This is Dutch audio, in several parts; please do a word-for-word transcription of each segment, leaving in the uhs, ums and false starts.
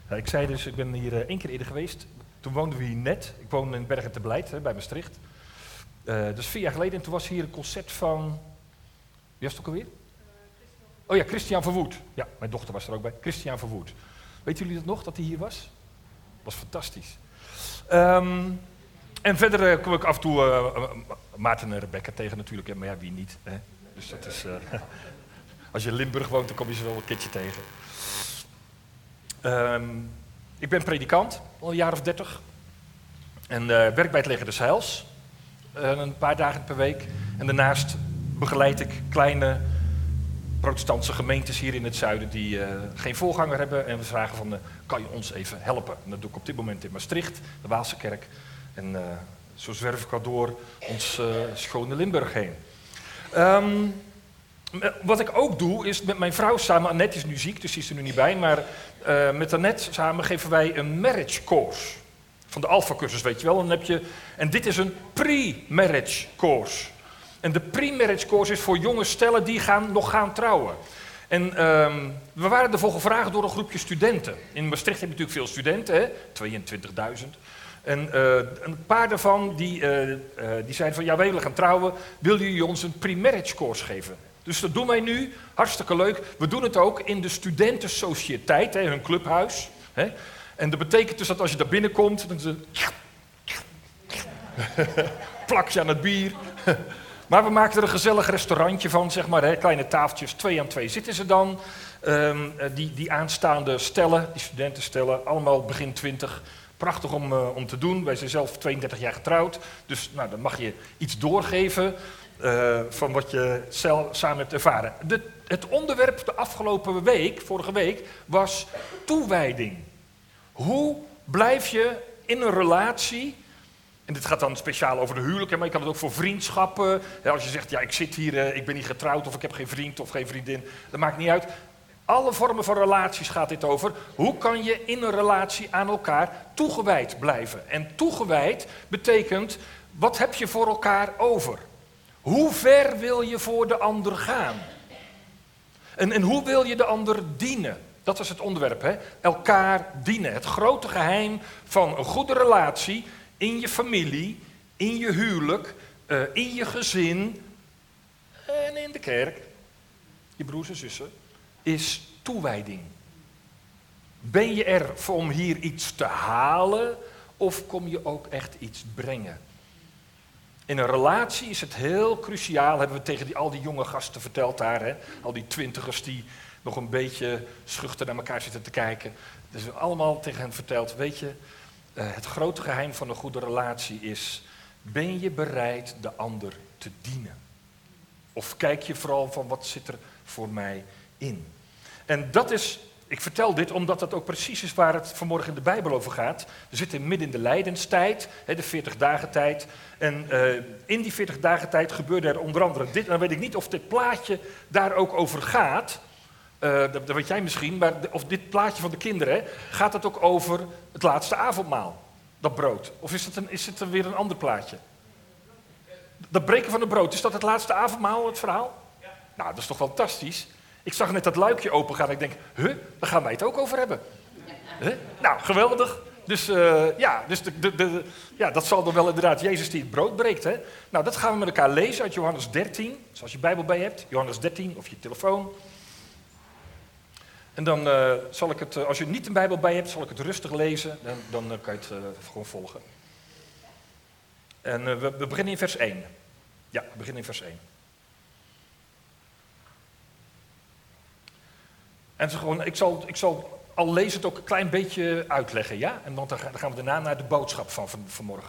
Ja, ik zei dus, ik ben hier uh, één keer eerder geweest. Toen woonden we hier net. Ik woon in Bergen te Blijt, hè, bij Maastricht. Uh, dus vier jaar geleden. En toen was hier een concert van... Wie was het ook alweer? Uh, oh ja, Christian Verwoerd. Ja, mijn dochter was er ook bij. Christian Verwoerd. Weten jullie dat nog, dat hij hier was? Dat was fantastisch. Um, en verder uh, kom ik af en toe uh, uh, Maarten en Rebecca tegen natuurlijk. Maar ja, wie niet. Hè? Dus dat is... Uh, als je in Limburg woont, dan kom je ze wel een keertje tegen. Um, ik ben predikant, al een jaar of dertig. En uh, werk bij het Leger des Heils. Uh, een paar dagen per week. En daarnaast begeleid ik kleine protestantse gemeentes hier in het zuiden die uh, geen voorganger hebben. En we vragen van, uh, kan je ons even helpen? En dat doe ik op dit moment in Maastricht, de Waalse kerk. En uh, zo zwerf ik al door ons uh, schone Limburg heen. Um, wat ik ook doe, is met mijn vrouw samen, Annette is nu ziek, dus die is er nu niet bij, maar uh, met Annette samen geven wij een marriage course. Van de Alpha-cursus, weet je wel. En, dan heb je, en dit is een pre-marriage course. En de pre-marriage course is voor jonge stellen die gaan, nog gaan trouwen. En um, we waren ervoor gevraagd door een groepje studenten. In Maastricht heb je natuurlijk veel studenten, hè? tweeëntwintigduizend. En uh, een paar daarvan die, uh, uh, die zeiden van, ja, wij willen gaan trouwen, willen jullie ons een pre-marriage course geven? Dus dat doen wij nu, hartstikke leuk. We doen het ook in de studentensociëteit, hè, hun clubhuis. Hè? En dat betekent dus dat als je daar binnenkomt, dan is het plak je aan het bier. Maar we maken er een gezellig restaurantje van, zeg maar, hè, kleine tafeltjes, twee aan twee zitten ze dan. Um, die, die aanstaande stellen, die studentenstellen, allemaal begin twintig. Prachtig om, uh, om te doen. Wij zijn zelf tweeëndertig jaar getrouwd, dus nou, dan mag je iets doorgeven uh, van wat je zelf samen hebt ervaren. De, het onderwerp de afgelopen week, vorige week, was toewijding. Hoe blijf je in een relatie, en dit gaat dan speciaal over de huwelijk, maar je kan het ook voor vriendschappen. Als je zegt, ja, ik zit hier, ik ben niet getrouwd of ik heb geen vriend of geen vriendin, dat maakt niet uit. Alle vormen van relaties gaat dit over. Hoe kan je in een relatie aan elkaar toegewijd blijven? En toegewijd betekent, wat heb je voor elkaar over? Hoe ver wil je voor de ander gaan? En, en hoe wil je de ander dienen? Dat was het onderwerp, hè? Elkaar dienen. Het grote geheim van een goede relatie in je familie, in je huwelijk, uh, in je gezin en in de kerk, je broers en zussen, is toewijding. Ben je er om hier iets te halen of kom je ook echt iets brengen? In een relatie is het heel cruciaal, hebben we tegen die, al die jonge gasten verteld daar, hè? Al die twintigers die nog een beetje schuchter naar elkaar zitten te kijken. Dus we hebben allemaal tegen hen verteld, weet je, uh, het grote geheim van een goede relatie is, ben je bereid de ander te dienen? Of kijk je vooral van, wat zit er voor mij in? En dat is, ik vertel dit omdat dat ook precies is waar het vanmorgen in de Bijbel over gaat. We zitten midden in de lijdenstijd, de veertig dagen tijd. En uh, in die veertig dagen tijd gebeurde er onder andere dit. En dan weet ik niet of dit plaatje daar ook over gaat. Uh, dat, dat weet jij misschien, maar de, of dit plaatje van de kinderen, gaat het ook over het laatste avondmaal, dat brood? Of is het, een, is het weer een ander plaatje? Dat breken van het brood, is dat het laatste avondmaal, het verhaal? Ja. Nou, dat is toch fantastisch. Ik zag net dat luikje opengaan en ik denk, huh, daar gaan wij het ook over hebben. Huh? Nou, geweldig. Dus, uh, ja, dus de, de, de, ja, dat zal dan wel inderdaad Jezus die het brood breekt. Hè? Nou, dat gaan we met elkaar lezen uit Johannes dertien. Dus als je Bijbel bij hebt, Johannes dertien of je telefoon. En dan uh, zal ik het, uh, als je niet een Bijbel bij hebt, zal ik het rustig lezen. Dan, dan uh, kan je het uh, gewoon volgen. En uh, we, we beginnen in vers één. Ja, we beginnen in vers één. En ze gewoon, ik, zal, ik zal al lezen het ook een klein beetje uitleggen, ja? En want dan gaan we daarna naar de boodschap van, van vanmorgen.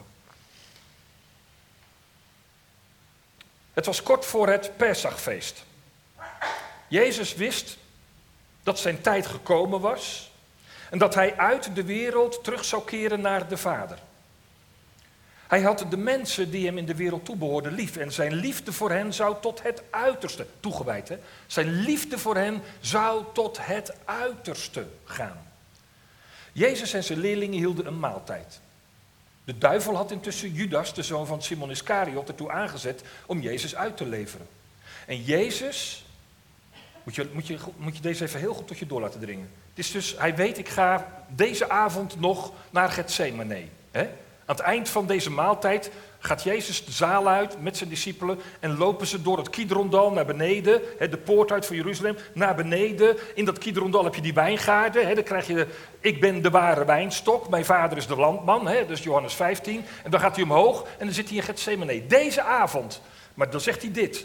Het was kort voor het Pesachfeest. Jezus wist dat zijn tijd gekomen was en dat hij uit de wereld terug zou keren naar de Vader. Hij had de mensen die hem in de wereld toebehoorden lief en zijn liefde voor hen zou tot het uiterste, toegewijd hè, zijn liefde voor hen zou tot het uiterste gaan. Jezus en zijn leerlingen hielden een maaltijd. De duivel had intussen Judas, de zoon van Simon Iskariot, ertoe aangezet om Jezus uit te leveren. En Jezus Moet je, moet, je, moet je deze even heel goed tot je door laten dringen. Het is dus, hij weet, ik ga deze avond nog naar Getsemane. Hè? Aan het eind van deze maaltijd gaat Jezus de zaal uit met zijn discipelen en lopen ze door het Kidrondal naar beneden, hè, de poort uit van Jeruzalem, naar beneden. In dat Kidrondal heb je die wijngaarden, hè, dan krijg je, ik ben de ware wijnstok, mijn vader is de landman, hè, dus Johannes vijftien. En dan gaat hij omhoog en dan zit hij in Getsemane. Deze avond, maar dan zegt hij dit.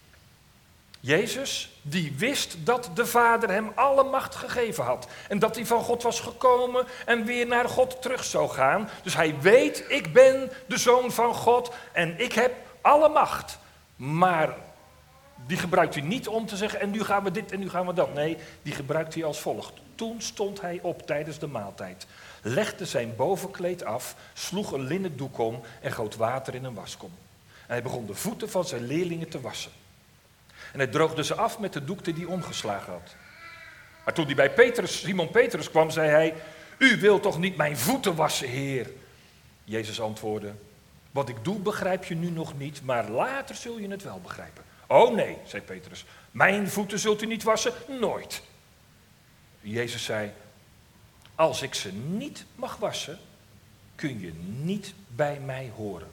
Jezus, die wist dat de Vader hem alle macht gegeven had. En dat hij van God was gekomen en weer naar God terug zou gaan. Dus hij weet, ik ben de Zoon van God en ik heb alle macht. Maar die gebruikt hij niet om te zeggen, en nu gaan we dit en nu gaan we dat. Nee, die gebruikt hij als volgt. Toen stond hij op tijdens de maaltijd, legde zijn bovenkleed af, sloeg een linnen doek om en goot water in een waskom. En hij begon de voeten van zijn leerlingen te wassen. En hij droogde ze af met de doek die hij omgeslagen had. Maar toen hij bij Petrus, Simon Petrus kwam, zei hij, u wilt toch niet mijn voeten wassen, Heer? Jezus antwoordde, wat ik doe begrijp je nu nog niet, maar later zul je het wel begrijpen. Oh nee, zei Petrus, mijn voeten zult u niet wassen? Nooit. Jezus zei, als ik ze niet mag wassen, kun je niet bij mij horen.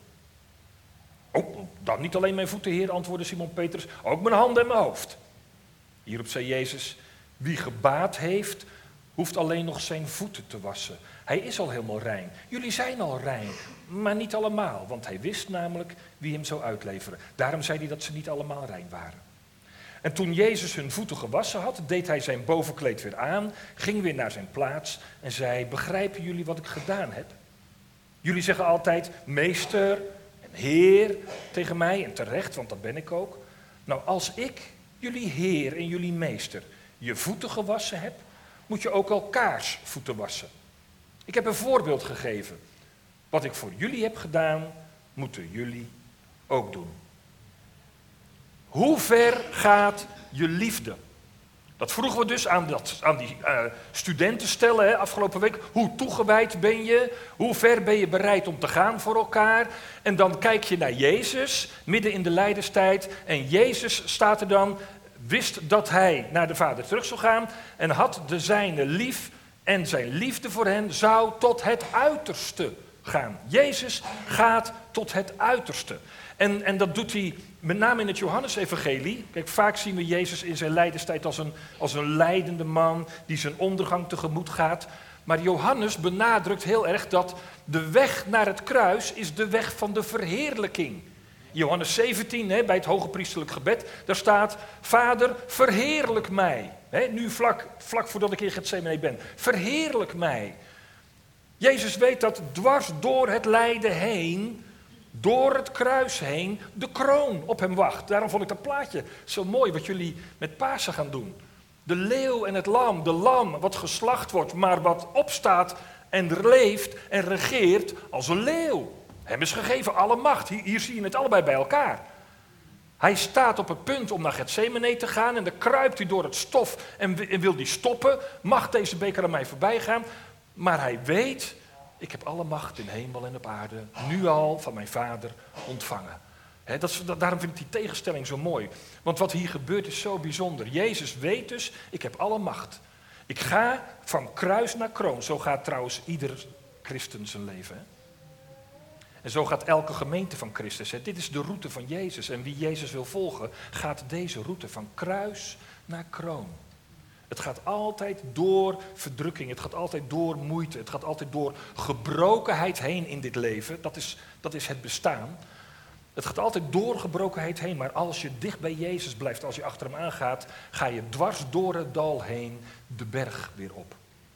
Oh, dan niet alleen mijn voeten, Heer, antwoordde Simon Petrus, ook mijn handen en mijn hoofd. Hierop zei Jezus, wie gebaat heeft, hoeft alleen nog zijn voeten te wassen. Hij is al helemaal rein. Jullie zijn al rein, maar niet allemaal, want hij wist namelijk wie hem zou uitleveren. Daarom zei hij dat ze niet allemaal rein waren. En toen Jezus hun voeten gewassen had, deed hij zijn bovenkleed weer aan, ging weer naar zijn plaats en zei, begrijpen jullie wat ik gedaan heb? Jullie zeggen altijd, meester, Heer tegen mij, en terecht, want dat ben ik ook. Nou, als ik, jullie Heer en jullie meester, je voeten gewassen heb, moet je ook elkaars voeten wassen. Ik heb een voorbeeld gegeven. Wat ik voor jullie heb gedaan, moeten jullie ook doen. Hoe ver gaat je liefde? Dat vroegen we dus aan, dat, aan die uh, studentenstellen hè, afgelopen week. Hoe toegewijd ben je? Hoe ver ben je bereid om te gaan voor elkaar? En dan kijk je naar Jezus, midden in de lijdenstijd. En Jezus staat er dan, wist dat hij naar de Vader terug zou gaan. En had de zijne lief en zijn liefde voor hen zou tot het uiterste gaan. Jezus gaat tot het uiterste. En, en dat doet hij met name in het Johannesevangelie. Kijk, vaak zien we Jezus in zijn lijdenstijd als een, als een lijdende man die zijn ondergang tegemoet gaat. Maar Johannes benadrukt heel erg dat de weg naar het kruis is de weg van de verheerlijking. Johannes zeventien, hè, bij het hogepriesterlijk gebed, daar staat, Vader, verheerlijk mij. Hè, nu vlak, vlak voordat ik in Getsemane ben. Verheerlijk mij. Jezus weet dat dwars door het lijden heen, door het kruis heen, de kroon op hem wacht. Daarom vond ik dat plaatje zo mooi wat jullie met Pasen gaan doen. De leeuw en het lam, de lam wat geslacht wordt, maar wat opstaat en leeft en regeert als een leeuw. Hem is gegeven alle macht. Hier, hier zie je het allebei bij elkaar. Hij staat op het punt om naar Getsemane te gaan en dan kruipt hij door het stof en, en wil die stoppen. Mag deze beker aan mij voorbij gaan? Maar hij weet, ik heb alle macht in hemel en op aarde, nu al van mijn Vader ontvangen. He, dat is, dat, daarom vind ik die tegenstelling zo mooi. Want wat hier gebeurt is zo bijzonder. Jezus weet dus, ik heb alle macht. Ik ga van kruis naar kroon. Zo gaat trouwens ieder christen zijn leven. He. En zo gaat elke gemeente van Christus. He. Dit is de route van Jezus. En wie Jezus wil volgen, gaat deze route van kruis naar kroon. Het gaat altijd door verdrukking, het gaat altijd door moeite, het gaat altijd door gebrokenheid heen in dit leven. Dat is, dat is het bestaan. Het gaat altijd door gebrokenheid heen, maar als je dicht bij Jezus blijft, als je achter hem aangaat, ga je dwars door het dal heen de berg weer op.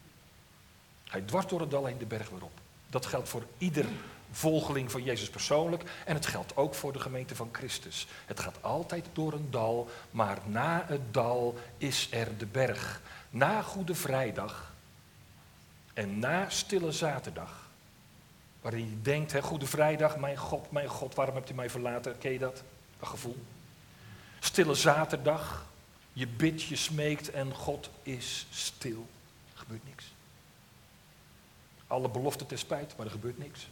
Ga je dwars door het dal heen de berg weer op. Dat geldt voor ieder volgeling van Jezus persoonlijk en het geldt ook voor de gemeente van Christus. Het gaat altijd door een dal, maar na het dal is er de berg. Na Goede Vrijdag en na Stille Zaterdag, waarin je denkt, hè, Goede Vrijdag, mijn God, mijn God, waarom hebt u mij verlaten? Ken je dat? Dat gevoel. Stille Zaterdag, je bidt, je smeekt en God is stil. Er gebeurt niks. Alle beloften ten spijt, maar er gebeurt niks.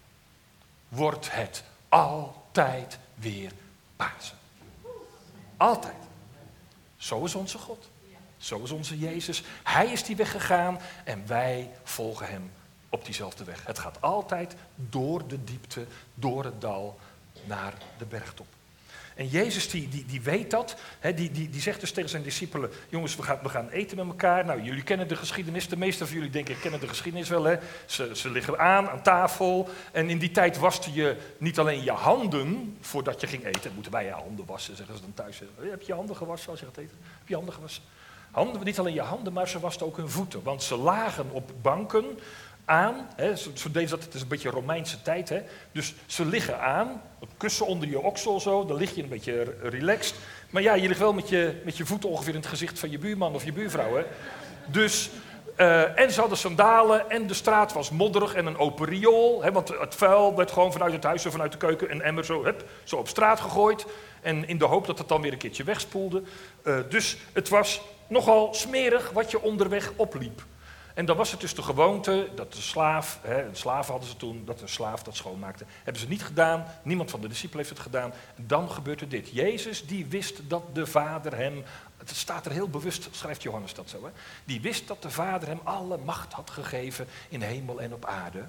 Wordt het altijd weer Pasen. Altijd. Zo is onze God. Zo is onze Jezus. Hij is die weg gegaan en wij volgen hem op diezelfde weg. Het gaat altijd door de diepte, door het dal, naar de bergtop. En Jezus die, die, die weet dat, hè, die, die, die zegt dus tegen zijn discipelen, jongens, we gaan, we gaan eten met elkaar. Nou, jullie kennen de geschiedenis, de meeste van jullie denk ik kennen de geschiedenis wel. Hè. Ze, ze liggen aan, aan tafel en in die tijd waste je niet alleen je handen voordat je ging eten. Moeten wij je handen wassen, zeggen ze dan thuis. Heb je je handen gewassen als je gaat eten? Heb je je handen gewassen? Handen, niet alleen je handen, maar ze wasten ook hun voeten. Want ze lagen op banken aan, hè, zo, zo deden ze dat, het is een beetje Romeinse tijd, hè, dus ze liggen aan, een kussen onder je oksel zo, dan lig je een beetje relaxed, maar ja, je ligt wel met je, met je voeten ongeveer in het gezicht van je buurman of je buurvrouw, hè. Dus, uh, en ze hadden sandalen en de straat was modderig en een open riool, hè, want het vuil werd gewoon vanuit het huis of vanuit de keuken een emmer zo, hup, zo op straat gegooid en in de hoop dat het dan weer een keertje wegspoelde. Uh, dus het was nogal smerig wat je onderweg opliep. En dan was het dus de gewoonte dat de slaaf, hè, een slaaf hadden ze toen, dat een slaaf dat schoonmaakte. Hebben ze niet gedaan, niemand van de discipelen heeft het gedaan. En dan gebeurde dit. Jezus die wist dat de Vader hem, het staat er heel bewust, schrijft Johannes dat zo, hè? Die wist dat de Vader hem alle macht had gegeven in hemel en op aarde.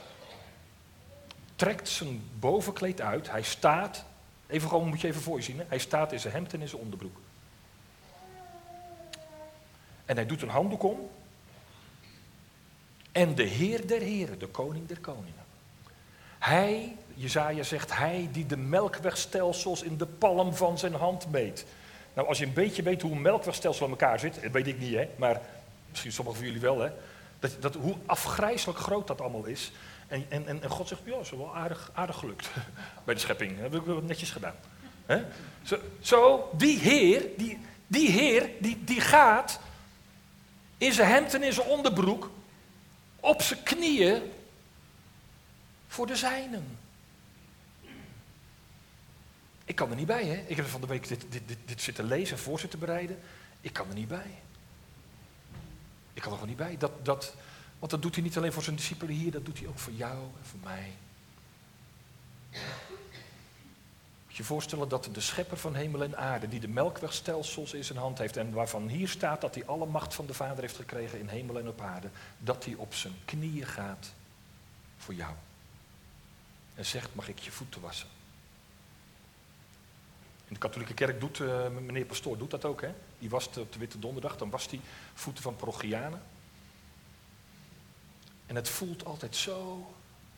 Trekt zijn bovenkleed uit, hij staat, even gewoon moet je even voor je zien, hè? Hij staat in zijn hemd en in zijn onderbroek. En hij doet een handdoek om. En de Heer der Heren, de Koning der Koningen. Hij, Jesaja zegt, hij die de melkwegstelsels in de palm van zijn hand meet. Nou, als je een beetje weet hoe een melkwegstelsel aan elkaar zit, dat weet ik niet, hè, maar misschien sommigen van jullie wel, hè. Dat, dat, hoe afgrijselijk groot dat allemaal is. En, en, en God zegt, ja, dat is wel aardig, aardig gelukt bij de schepping. Dat heb ik netjes gedaan. Hè? Zo, zo, die Heer, die, die Heer, die, die gaat in zijn hemd en in zijn onderbroek op zijn knieën voor de zijnen. Ik kan er niet bij, hè. Ik heb van de week dit, dit, dit, dit zitten lezen, voor zitten bereiden. Ik kan er niet bij. Ik kan er gewoon niet bij. Dat, dat, want dat doet hij niet alleen voor zijn discipelen hier, dat doet hij ook voor jou en voor mij. Moet je je voorstellen dat de schepper van hemel en aarde, die de melkwegstelsels in zijn hand heeft en waarvan hier staat dat hij alle macht van de Vader heeft gekregen in hemel en op aarde, dat hij op zijn knieën gaat voor jou. En zegt, mag ik je voeten wassen? In de katholieke kerk doet, uh, meneer Pastoor doet dat ook, hè? Die wast op de Witte Donderdag, dan wast hij voeten van parochianen. En het voelt altijd zo.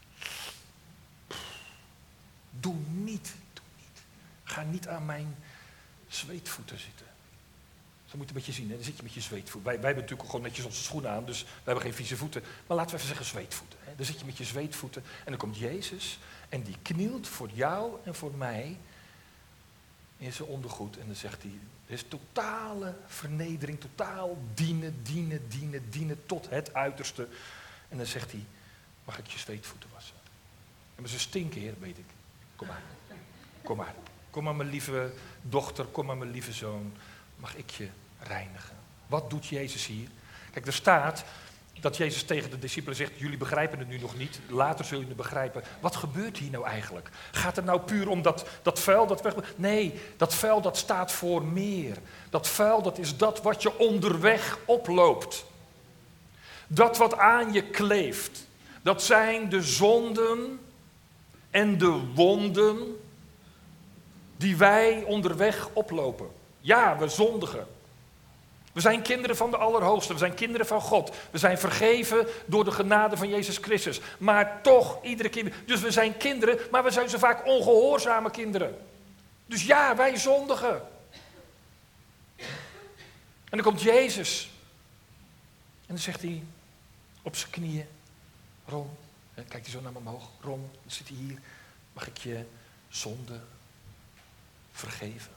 Doe niet, doe niet. Ga niet aan mijn zweetvoeten zitten. Zo moet je een beetje zien, hè? Dan zit je met je zweetvoeten. Wij, wij hebben natuurlijk gewoon netjes onze schoenen aan, dus we hebben geen vieze voeten. Maar laten we even zeggen zweetvoeten. Hè? Dan zit je met je zweetvoeten en dan komt Jezus en die knielt voor jou en voor mij in zijn ondergoed. En dan zegt hij, er is totale vernedering, totaal dienen, dienen, dienen, dienen tot het uiterste. En dan zegt hij, mag ik je zweetvoeten wassen? En maar ze stinken, Heer, weet ik. Kom maar, kom maar. Kom maar, mijn lieve dochter, kom maar, mijn lieve zoon. Mag ik je reinigen? Wat doet Jezus hier? Kijk, er staat dat Jezus tegen de discipelen zegt, jullie begrijpen het nu nog niet, later zullen jullie het begrijpen. Wat gebeurt hier nou eigenlijk? Gaat het nou puur om dat, dat vuil dat weg... Nee, dat vuil dat staat voor meer. Dat vuil dat is dat wat je onderweg oploopt. Dat wat aan je kleeft. Dat zijn de zonden en de wonden die wij onderweg oplopen. Ja, we zondigen. We zijn kinderen van de Allerhoogste, we zijn kinderen van God. We zijn vergeven door de genade van Jezus Christus. Maar toch, iedere keer... Dus we zijn kinderen, maar we zijn zo vaak ongehoorzame kinderen. Dus ja, wij zondigen. En dan komt Jezus. En dan zegt hij op zijn knieën, Ron, kijkt hij zo naar me omhoog. Ron, dan zit hij hier. Mag ik je zonde vergeven?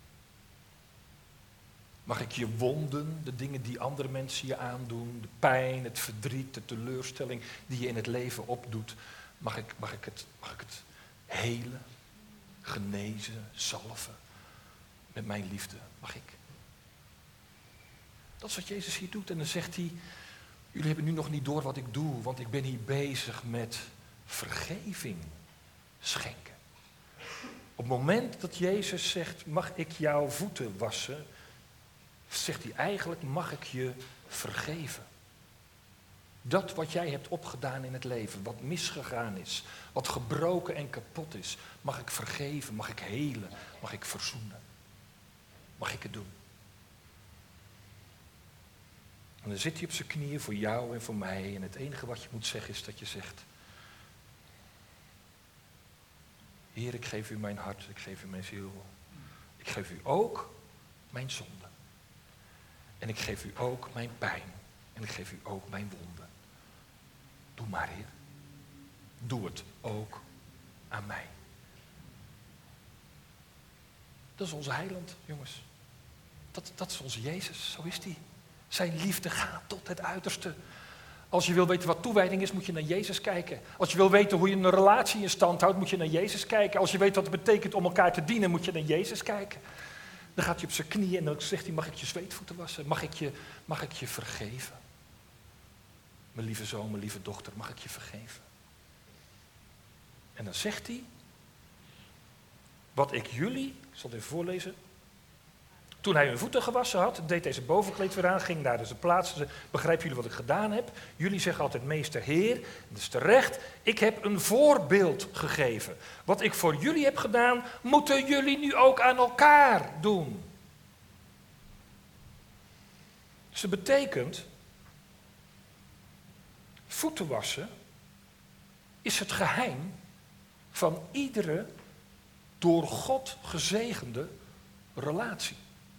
Mag ik je wonden, de dingen die andere mensen je aandoen, de pijn, het verdriet, de teleurstelling die je in het leven opdoet, mag ik, mag ik, het, mag ik het helen, genezen, zalven met mijn liefde? Mag ik? Dat is wat Jezus hier doet. En dan zegt hij, jullie hebben nu nog niet door wat ik doe, want ik ben hier bezig met vergeving schenken. Op het moment dat Jezus zegt, mag ik jouw voeten wassen, zegt hij eigenlijk, mag ik je vergeven. Dat wat jij hebt opgedaan in het leven, wat misgegaan is, wat gebroken en kapot is, mag ik vergeven, mag ik helen, mag ik verzoenen. Mag ik het doen? En dan zit hij op zijn knieën voor jou en voor mij en het enige wat je moet zeggen is dat je zegt, Heer, ik geef u mijn hart, ik geef u mijn ziel. Ik geef u ook mijn zonde. En ik geef u ook mijn pijn. En ik geef u ook mijn wonden. Doe maar, Heer. Doe het ook aan mij. Dat is onze heiland, jongens. Dat, dat is onze Jezus, zo is die. Zijn liefde gaat tot het uiterste. Als je wil weten wat toewijding is, moet je naar Jezus kijken. Als je wil weten hoe je een relatie in stand houdt, moet je naar Jezus kijken. Als je weet wat het betekent om elkaar te dienen, moet je naar Jezus kijken. Dan gaat hij op zijn knieën en dan zegt hij, mag ik je zweetvoeten wassen? Mag ik je, mag ik je vergeven? Mijn lieve zoon, mijn lieve dochter, mag ik je vergeven? En dan zegt hij, wat ik jullie, ik zal het even voorlezen. Toen hij hun voeten gewassen had, deed hij zijn bovenkleed weer aan, ging naar de plaats en zei, begrijpen jullie wat ik gedaan heb? Jullie zeggen altijd, meester, Heer, dat is terecht. Ik heb een voorbeeld gegeven. Wat ik voor jullie heb gedaan, moeten jullie nu ook aan elkaar doen. Dus dat betekent, voeten wassen is het geheim van iedere door God gezegende relatie.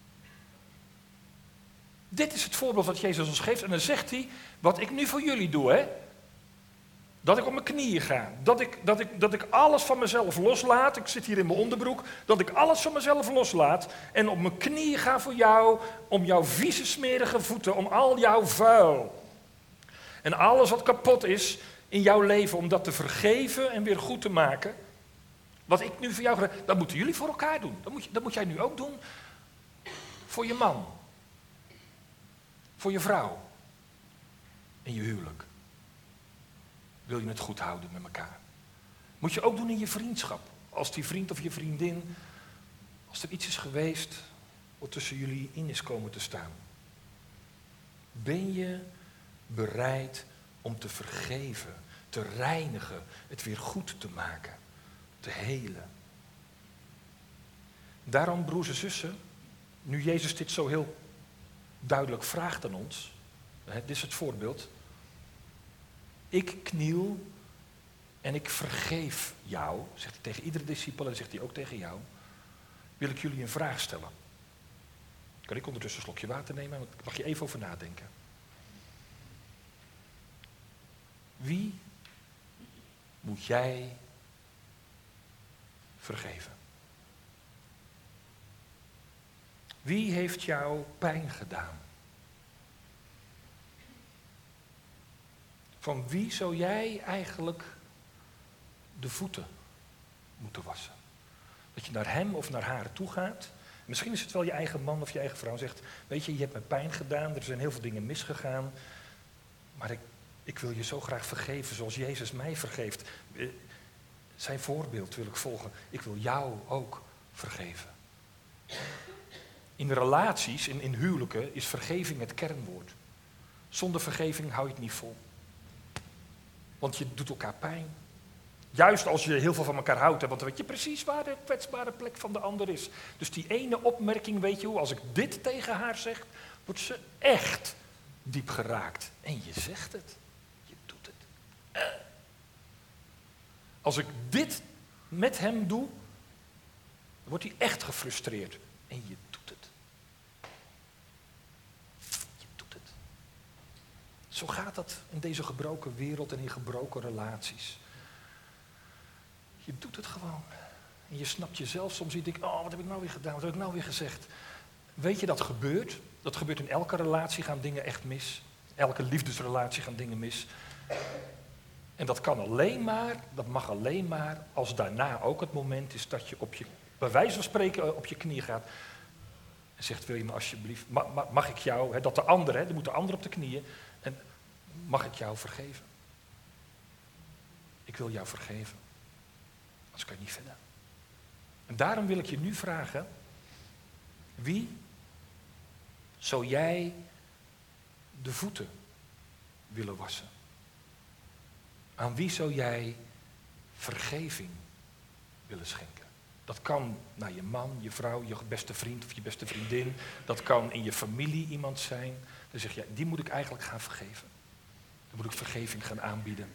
Dit is het voorbeeld wat Jezus ons geeft. En dan zegt hij, wat ik nu voor jullie doe, hè. Dat ik op mijn knieën ga. Dat ik, dat, ik, dat ik alles van mezelf loslaat. Ik zit hier in mijn onderbroek. Dat ik alles van mezelf loslaat. En op mijn knieën ga voor jou. Om jouw vieze smerige voeten. Om al jouw vuil. En alles wat kapot is in jouw leven. Om dat te vergeven en weer goed te maken. Wat ik nu voor jou gedaan, dat moeten jullie voor elkaar doen. Dat moet, je, dat moet jij nu ook doen. Voor je man. Voor je vrouw. In je huwelijk. Wil je het goed houden met elkaar. Moet je ook doen in je vriendschap. Als die vriend of je vriendin, als er iets is geweest wat tussen jullie in is komen te staan. Ben je bereid om te vergeven, te reinigen, het weer goed te maken, te helen. Daarom, broers en zussen, nu Jezus dit zo heel duidelijk vraagt aan ons, hè, dit is het voorbeeld. Ik kniel en ik vergeef jou, zegt hij tegen iedere discipel en zegt hij ook tegen jou, wil ik jullie een vraag stellen. Kan ik ondertussen een slokje water nemen? Daar mag je even over nadenken. Wie moet jij vergeven? Wie heeft jou pijn gedaan? Van wie zou jij eigenlijk de voeten moeten wassen? Dat je naar hem of naar haar toe gaat. Misschien is het wel je eigen man of je eigen vrouw zegt, weet je, je hebt me pijn gedaan, er zijn heel veel dingen misgegaan, maar ik, ik wil je zo graag vergeven zoals Jezus mij vergeeft. Zijn voorbeeld wil ik volgen. Ik wil jou ook vergeven. In relaties, in, in huwelijken, is vergeving het kernwoord. Zonder vergeving hou je het niet vol. Want je doet elkaar pijn. Juist als je heel veel van elkaar houdt, hè, want dan weet je precies waar de kwetsbare plek van de ander is. Dus die ene opmerking, weet je hoe, als ik dit tegen haar zeg, wordt ze echt diep geraakt. En je zegt het. Je doet het. Uh. Als ik dit met hem doe, dan wordt hij echt gefrustreerd. En je doet het. Je doet het. Zo gaat dat in deze gebroken wereld en in gebroken relaties. Je doet het gewoon. En je snapt jezelf soms. Je denkt, oh, wat heb ik nou weer gedaan? Wat heb ik nou weer gezegd? Weet je, dat gebeurt. Dat gebeurt in elke relatie, gaan dingen echt mis. Elke liefdesrelatie gaan dingen mis. En dat kan alleen maar, dat mag alleen maar, als daarna ook het moment is dat je op je, bij wijze van spreken, op je knie gaat. En zegt, wil je me alsjeblieft, mag, mag ik jou, hè, dat de ander, hè, er moet de ander op de knieën. En mag ik jou vergeven? Ik wil jou vergeven. Anders kan je niet verder. En daarom wil ik je nu vragen, wie zou jij de voeten willen wassen? Aan wie zou jij vergeving willen schenken? Dat kan naar je man, je vrouw, je beste vriend of je beste vriendin. Dat kan in je familie iemand zijn. Dan zeg je, die moet ik eigenlijk gaan vergeven. Dan moet ik vergeving gaan aanbieden.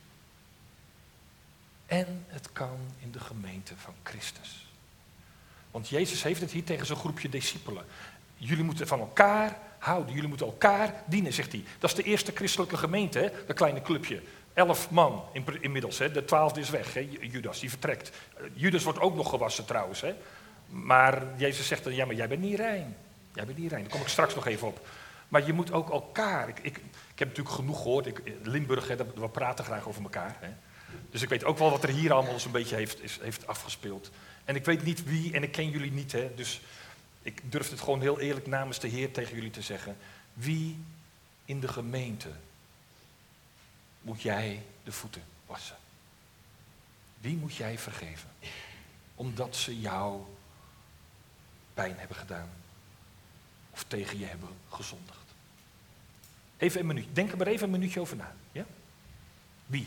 En het kan in de gemeente van Christus. Want Jezus heeft het hier tegen zo'n groepje discipelen. Jullie moeten van elkaar houden, jullie moeten elkaar dienen, zegt hij. Dat is de eerste christelijke gemeente, hè? Dat kleine clubje. Elf man inmiddels, hè? De twaalfde is weg, hè? Judas, die vertrekt. Judas wordt ook nog gewassen trouwens. Hè? Maar Jezus zegt dan, ja, maar jij bent niet rein. Jij bent niet rein, daar kom ik straks nog even op. Maar je moet ook elkaar, ik, ik, ik heb natuurlijk genoeg gehoord, ik, Limburg, hè, we praten graag over elkaar. Hè? Dus ik weet ook wel wat er hier allemaal zo'n beetje heeft, is, heeft afgespeeld. En ik weet niet wie, en ik ken jullie niet, hè? Dus ik durf het gewoon heel eerlijk namens de Heer tegen jullie te zeggen. Wie in de gemeente moet jij de voeten wassen? Wie moet jij vergeven? Omdat ze jou pijn hebben gedaan. Of tegen je hebben gezondigd. Even een minuut. Denk er maar even een minuutje over na. Ja? Wie?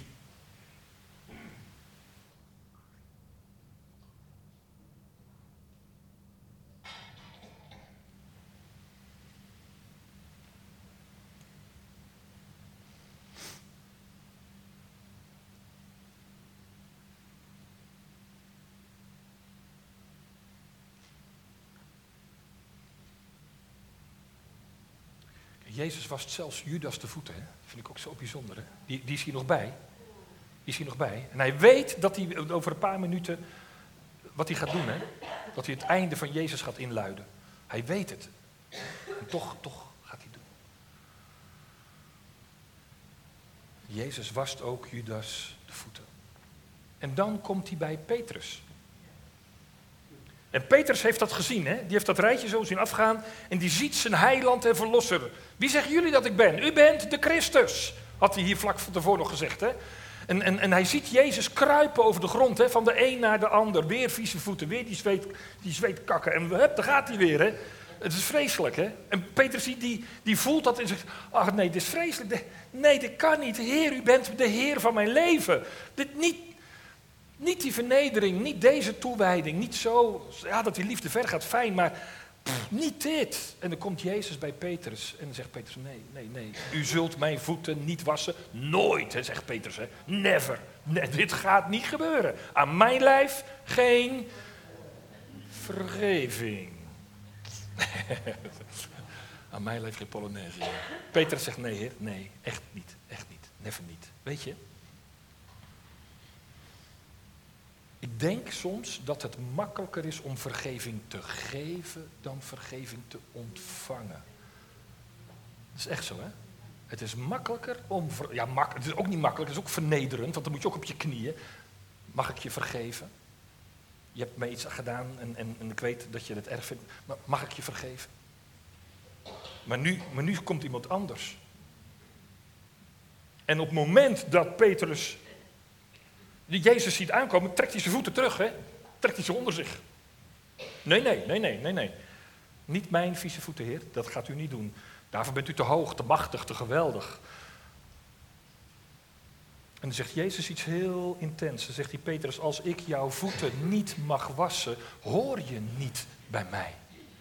Jezus wast zelfs Judas de voeten. Hè? Dat vind ik ook zo bijzonder. Hè? Die, die is hier nog bij. Die is hier nog bij. En hij weet dat hij over een paar minuten wat hij gaat doen. Hè? Dat hij het einde van Jezus gaat inluiden. Hij weet het. En toch, toch gaat hij doen. Jezus wast ook Judas de voeten. En dan komt hij bij Petrus. En Petrus heeft dat gezien, hè? Die heeft dat rijtje zo zien afgaan en die ziet zijn heiland en verlosser. Wie zeggen jullie dat ik ben? U bent de Christus, had hij hier vlak van tevoren nog gezegd. Hè? En, en, en hij ziet Jezus kruipen over de grond, hè? Van de een naar de ander. Weer vieze voeten, weer die, zweet, die zweetkakken. En hup, daar gaat hij weer. Hè? Het is vreselijk. Hè? En Petrus die, die voelt dat en zegt, ach nee, dit is vreselijk. Nee, dit kan niet. Heer, u bent de Heer van mijn leven. Dit niet... Niet die vernedering, niet deze toewijding, niet zo, ja, dat die liefde ver gaat, fijn, maar pff, niet dit. En dan komt Jezus bij Petrus en dan zegt Petrus, nee, nee, nee, u zult mijn voeten niet wassen, nooit, hè, zegt Petrus, hè. Never, nee, dit gaat niet gebeuren. Aan mijn lijf geen vergeving. Aan mijn lijf geen Polonaise. Ja. Petrus zegt, nee, heer, nee, echt niet, echt niet, never niet, weet je. Ik denk soms dat het makkelijker is om vergeving te geven dan vergeving te ontvangen. Dat is echt zo, hè? Het is makkelijker om... Ver... Ja, mak... het is ook niet makkelijk, het is ook vernederend, want dan moet je ook op je knieën. Mag ik je vergeven? Je hebt me iets gedaan en, en, en ik weet dat je het erg vindt, maar mag ik je vergeven? Maar nu, maar nu komt iemand anders. En op het moment dat Petrus... die Jezus ziet aankomen, trekt hij zijn voeten terug, hè? Trekt hij ze onder zich. Nee, nee, nee, nee, nee, nee. Niet mijn vieze voeten, Heer, dat gaat u niet doen. Daarvoor bent u te hoog, te machtig, te geweldig. En dan zegt Jezus iets heel intens. Dan zegt hij, Petrus, als ik jouw voeten niet mag wassen, hoor je niet bij mij.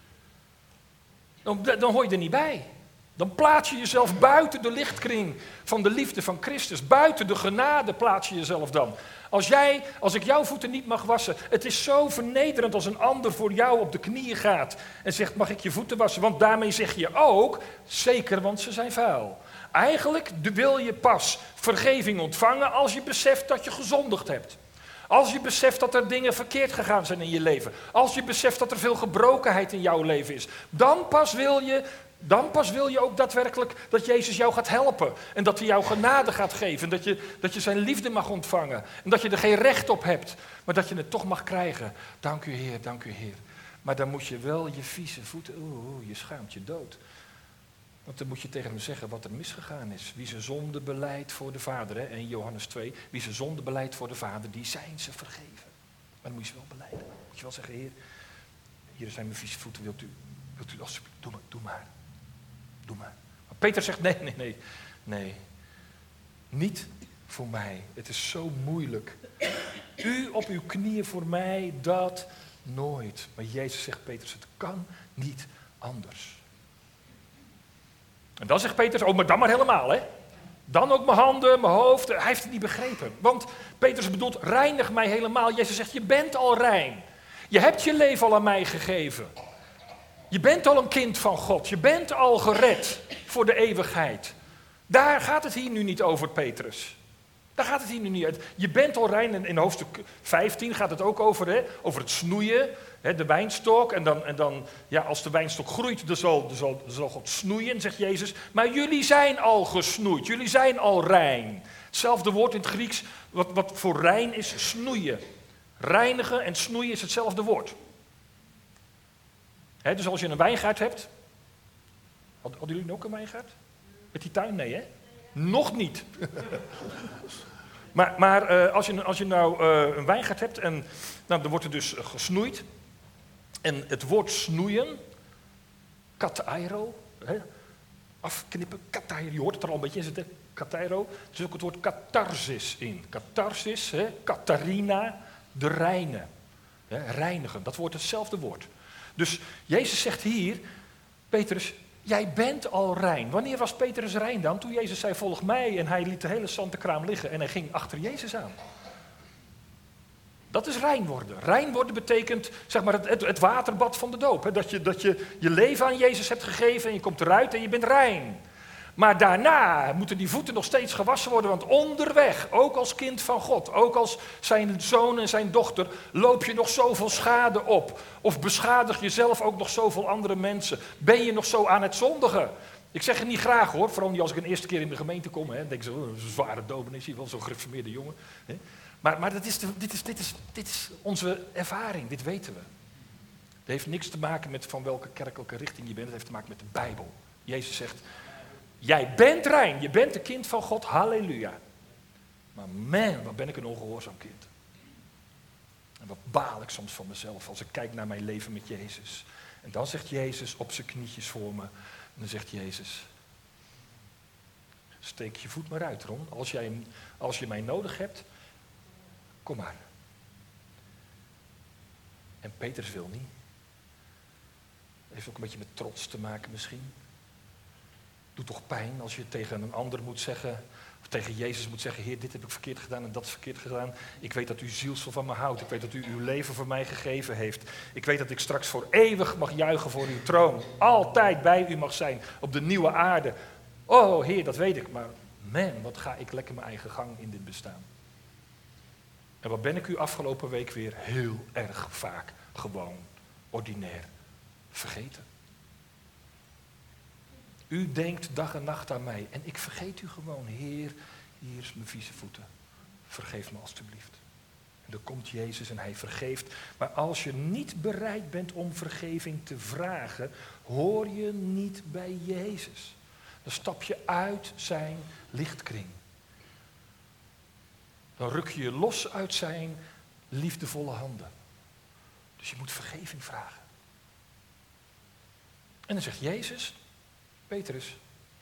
Dan, dan hoor je er niet bij. Dan plaats je jezelf buiten de lichtkring van de liefde van Christus. Buiten de genade plaats je jezelf dan. Als jij, als ik jouw voeten niet mag wassen, het is zo vernederend als een ander voor jou op de knieën gaat en zegt, mag ik je voeten wassen? Want daarmee zeg je ook, zeker, want ze zijn vuil. Eigenlijk wil je pas vergeving ontvangen als je beseft dat je gezondigd hebt. Als je beseft dat er dingen verkeerd gegaan zijn in je leven. Als je beseft dat er veel gebrokenheid in jouw leven is. Dan pas wil je... Dan pas wil je ook daadwerkelijk dat Jezus jou gaat helpen. En dat hij jou genade gaat geven. En dat je, dat je zijn liefde mag ontvangen. En dat je er geen recht op hebt. Maar dat je het toch mag krijgen. Dank u Heer, dank u Heer. Maar dan moet je wel je vieze voeten... Oeh, je schaamt je dood. Want dan moet je tegen hem zeggen wat er misgegaan is. Wie zijn zonde belijdt voor de Vader. Hè? En Johannes twee. Wie zijn zonde belijdt voor de Vader, die zijn ze vergeven. Maar dan moet je ze wel belijden. Dan moet je wel zeggen, Heer, hier zijn mijn vieze voeten. Wilt u, wilt u alsjeblieft, doe maar, doe maar. doe maar. Maar Peter zegt, nee, nee, nee, nee. Niet voor mij. Het is zo moeilijk. U op uw knieën voor mij, dat nooit. Maar Jezus zegt, Petrus, het kan niet anders. En dan zegt Petrus, oh, maar dan maar helemaal, hè. Dan ook mijn handen, mijn hoofd. Hij heeft het niet begrepen. Want Petrus bedoelt, reinig mij helemaal. Jezus zegt, je bent al rein. Je hebt je leven al aan mij gegeven. Je bent al een kind van God. Je bent al gered voor de eeuwigheid. Daar gaat het hier nu niet over, Petrus. Daar gaat het hier nu niet uit. Je bent al rein. En in hoofdstuk vijftien gaat het ook over, hè, over het snoeien. Hè, de wijnstok. En dan, en dan ja, als de wijnstok groeit, dan zal, dan, zal, dan zal God snoeien, zegt Jezus. Maar jullie zijn al gesnoeid. Jullie zijn al rein. Hetzelfde woord in het Grieks, wat, wat voor rein is, snoeien. Reinigen en snoeien is hetzelfde woord. Hè, dus als je een wijngaard hebt. Hadden, hadden jullie ook een wijngaard? Met die tuin? Nee, hè? Nog niet. maar maar uh, als, je, als je nou uh, een wijngaard hebt en nou, dan wordt er dus uh, gesnoeid. En het woord snoeien, katairo, hè, afknippen, katairo, je hoort het er al een beetje in zitten, katairo. Er zit ook het woord katharsis in. Katharsis, hè, Katharina, de reine. Hè, reinigen, dat wordt hetzelfde woord. Dus Jezus zegt hier, Petrus, jij bent al rein. Wanneer was Petrus rein dan? Toen Jezus zei, volg mij. En hij liet de hele zantenkraam liggen en hij ging achter Jezus aan. Dat is rein worden. Rein worden betekent zeg maar, het, het, het waterbad van de doop. Hè? Dat, je, dat je je leven aan Jezus hebt gegeven en je komt eruit en je bent rein. Maar daarna moeten die voeten nog steeds gewassen worden, want onderweg, ook als kind van God, ook als zijn zoon en zijn dochter, loop je nog zoveel schade op. Of beschadig jezelf ook nog zoveel andere mensen. Ben je nog zo aan het zondigen? Ik zeg het niet graag hoor, vooral niet als ik een eerste keer in de gemeente kom. Hè, dan denk ze, oh, een zware dominee, zie je wel, zo'n gereformeerde jongen. Hè. Maar, maar dat is de, dit, is, dit, is, dit is onze ervaring, dit weten we. Het heeft niks te maken met van welke kerkelijke richting je bent, het heeft te maken met de Bijbel. Jezus zegt, jij bent rein, je bent een kind van God, halleluja. Maar man, wat ben ik een ongehoorzaam kind. En wat baal ik soms van mezelf als ik kijk naar mijn leven met Jezus. En dan zegt Jezus op zijn knietjes voor me, en dan zegt Jezus, steek je voet maar uit, Ron. Als, jij, als je mij nodig hebt, kom maar. En Petrus wil niet. Dat heeft ook een beetje met trots te maken misschien. Doet toch pijn als je tegen een ander moet zeggen, of tegen Jezus moet zeggen, Heer, dit heb ik verkeerd gedaan en dat is verkeerd gedaan. Ik weet dat u zielsvol van me houdt. Ik weet dat u uw leven voor mij gegeven heeft. Ik weet dat ik straks voor eeuwig mag juichen voor uw troon. Altijd bij u mag zijn op de nieuwe aarde. Oh Heer, dat weet ik, maar man, wat ga ik lekker mijn eigen gang in dit bestaan. En wat ben ik u afgelopen week weer heel erg vaak gewoon ordinair vergeten. U denkt dag en nacht aan mij en ik vergeet u gewoon. Heer, hier is mijn vieze voeten. Vergeef me alstublieft. En dan komt Jezus en hij vergeeft. Maar als je niet bereid bent om vergeving te vragen, hoor je niet bij Jezus. Dan stap je uit zijn lichtkring. Dan ruk je je los uit zijn liefdevolle handen. Dus je moet vergeving vragen. En dan zegt Jezus, Petrus,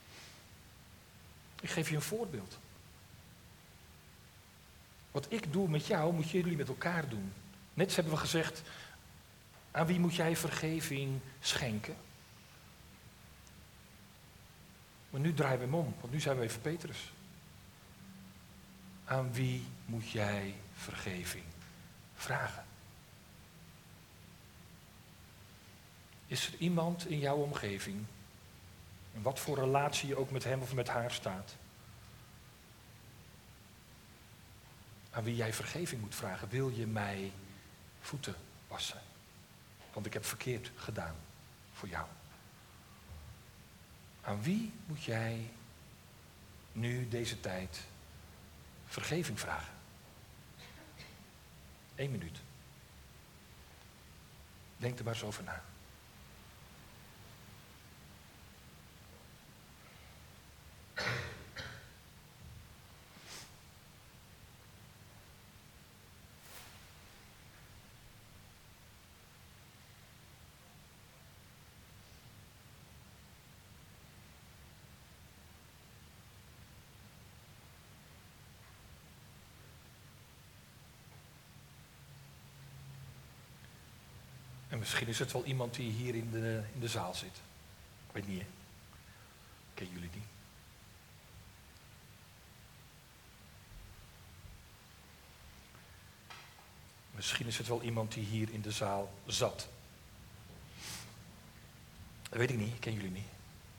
ik geef je een voorbeeld. Wat ik doe met jou, moet jullie met elkaar doen. Net hebben we gezegd, aan wie moet jij vergeving schenken? Maar nu draaien we hem om, want nu zijn we even Petrus. Aan wie moet jij vergeving vragen? Is er iemand in jouw omgeving, en wat voor relatie je ook met hem of met haar staat, aan wie jij vergeving moet vragen? Wil je mij voeten wassen? Want ik heb verkeerd gedaan voor jou. Aan wie moet jij nu deze tijd vergeving vragen? Eén minuut. Denk er maar eens over na. misschien is het wel iemand die hier in de, in de zaal zit. Ik weet niet, hè? Ken jullie die? Misschien is het wel iemand die hier in de zaal zat. Dat weet ik niet, ik ken jullie niet.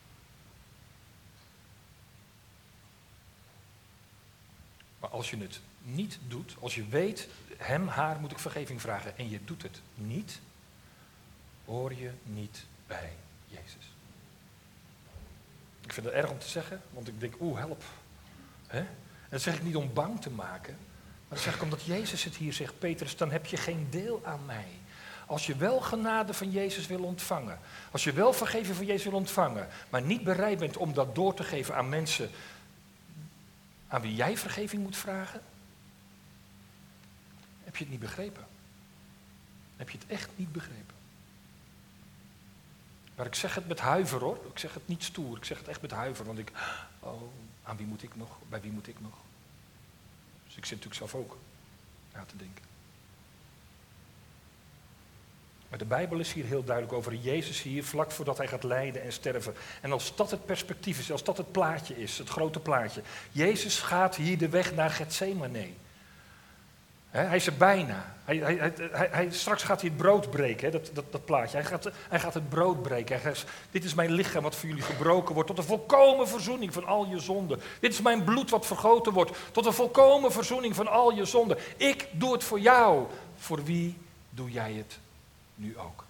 Maar als je het niet doet, als je weet, hem, haar moet ik vergeving vragen en je doet het niet, hoor je niet bij Jezus. Ik vind het erg om te zeggen, want ik denk, oeh, help. Hè? En dat zeg ik niet om bang te maken, maar dat zeg ik omdat Jezus het hier zegt, Petrus, dan heb je geen deel aan mij. Als je wel genade van Jezus wil ontvangen, als je wel vergeving van Jezus wil ontvangen, maar niet bereid bent om dat door te geven aan mensen aan wie jij vergeving moet vragen, heb je het niet begrepen. Heb je het echt niet begrepen. Maar ik zeg het met huiver hoor, ik zeg het niet stoer, ik zeg het echt met huiver, want ik, oh, aan wie moet ik nog, bij wie moet ik nog? Dus ik zit natuurlijk zelf ook na te denken. Maar de Bijbel is hier heel duidelijk over. Jezus hier, vlak voordat hij gaat lijden en sterven. En als dat het perspectief is, als dat het plaatje is, het grote plaatje. Jezus gaat hier de weg naar Getsemane. He, hij is er bijna. Hij, hij, hij, hij, straks gaat hij het brood breken, he, dat, dat, dat plaatje. Hij gaat, hij gaat het brood breken. Hij gaat, dit is mijn lichaam wat voor jullie gebroken wordt tot een volkomen verzoening van al je zonden. Dit is mijn bloed wat vergoten wordt tot een volkomen verzoening van al je zonden. Ik doe het voor jou. Voor wie doe jij het nu ook?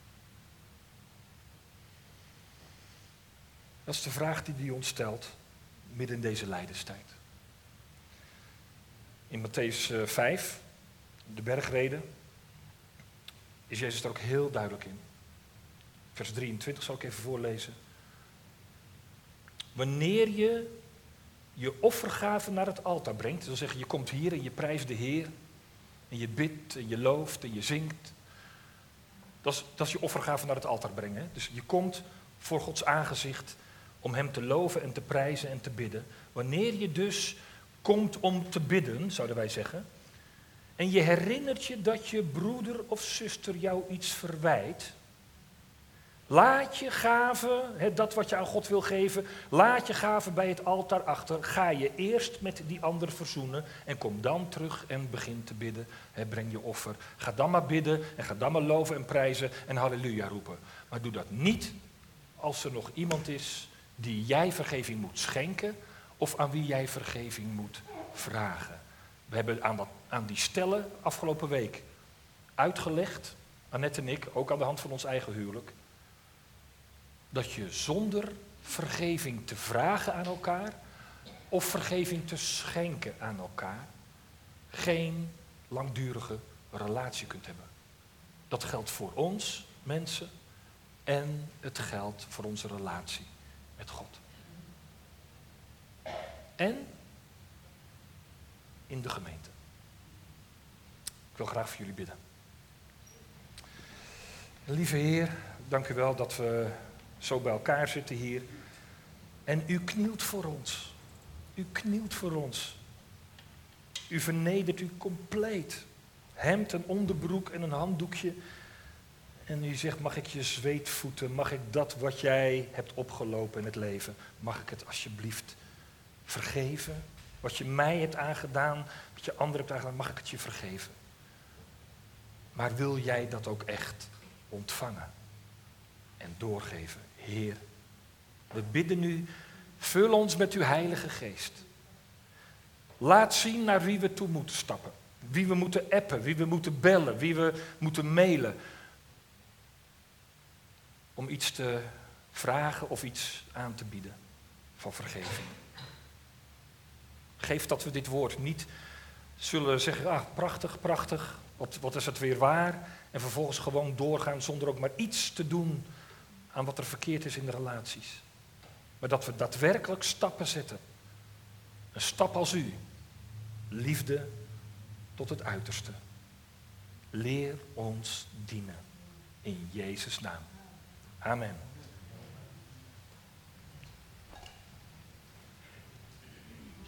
Dat is de vraag die hij ons stelt midden in deze lijdenstijd. In Mattheüs vijf, de bergrede, is Jezus er ook heel duidelijk in. Vers drieëntwintig zal ik even voorlezen. Wanneer je je offergave naar het altaar brengt, dan zeg je, je komt hier en je prijst de Heer, en je bidt en je looft en je zingt. Dat is, dat is je offergave naar het altaar brengen. Hè? Dus je komt voor Gods aangezicht om hem te loven en te prijzen en te bidden. Wanneer je dus komt om te bidden, zouden wij zeggen, en je herinnert je dat je broeder of zuster jou iets verwijt, laat je gave, hè, dat wat je aan God wil geven, laat je gave bij het altaar achter. Ga je eerst met die ander verzoenen en kom dan terug en begin te bidden. Hè, breng je offer. Ga dan maar bidden en ga dan maar loven en prijzen en halleluja roepen. Maar doe dat niet als er nog iemand is die jij vergeving moet schenken of aan wie jij vergeving moet vragen. We hebben aan, dat, aan die stellen afgelopen week uitgelegd, Annette en ik, ook aan de hand van ons eigen huwelijk, dat je zonder vergeving te vragen aan elkaar of vergeving te schenken aan elkaar geen langdurige relatie kunt hebben. Dat geldt voor ons, mensen, en het geldt voor onze relatie met God. En in de gemeente. Ik wil graag voor jullie bidden. Lieve Heer, dank u wel dat we zo bij elkaar zitten hier. En u knielt voor ons. U knielt voor ons. U vernedert u compleet. Hemd, een onderbroek en een handdoekje. En u zegt, mag ik je zweet voeten? Mag ik dat wat jij hebt opgelopen in het leven, mag ik het alsjeblieft vergeven? Wat je mij hebt aangedaan, wat je anderen hebt aangedaan, mag ik het je vergeven? Maar wil jij dat ook echt ontvangen en doorgeven? Heer, we bidden nu, vul ons met uw Heilige Geest. Laat zien naar wie we toe moeten stappen. Wie we moeten appen, wie we moeten bellen, wie we moeten mailen. Om iets te vragen of iets aan te bieden van vergeving. Geef dat we dit woord niet zullen zeggen, ah, prachtig, prachtig, wat, wat is het weer waar? En vervolgens gewoon doorgaan zonder ook maar iets te doen aan wat er verkeerd is in de relaties. Maar dat we daadwerkelijk stappen zetten. Een stap als u. Liefde tot het uiterste. Leer ons dienen. In Jezus' naam. Amen.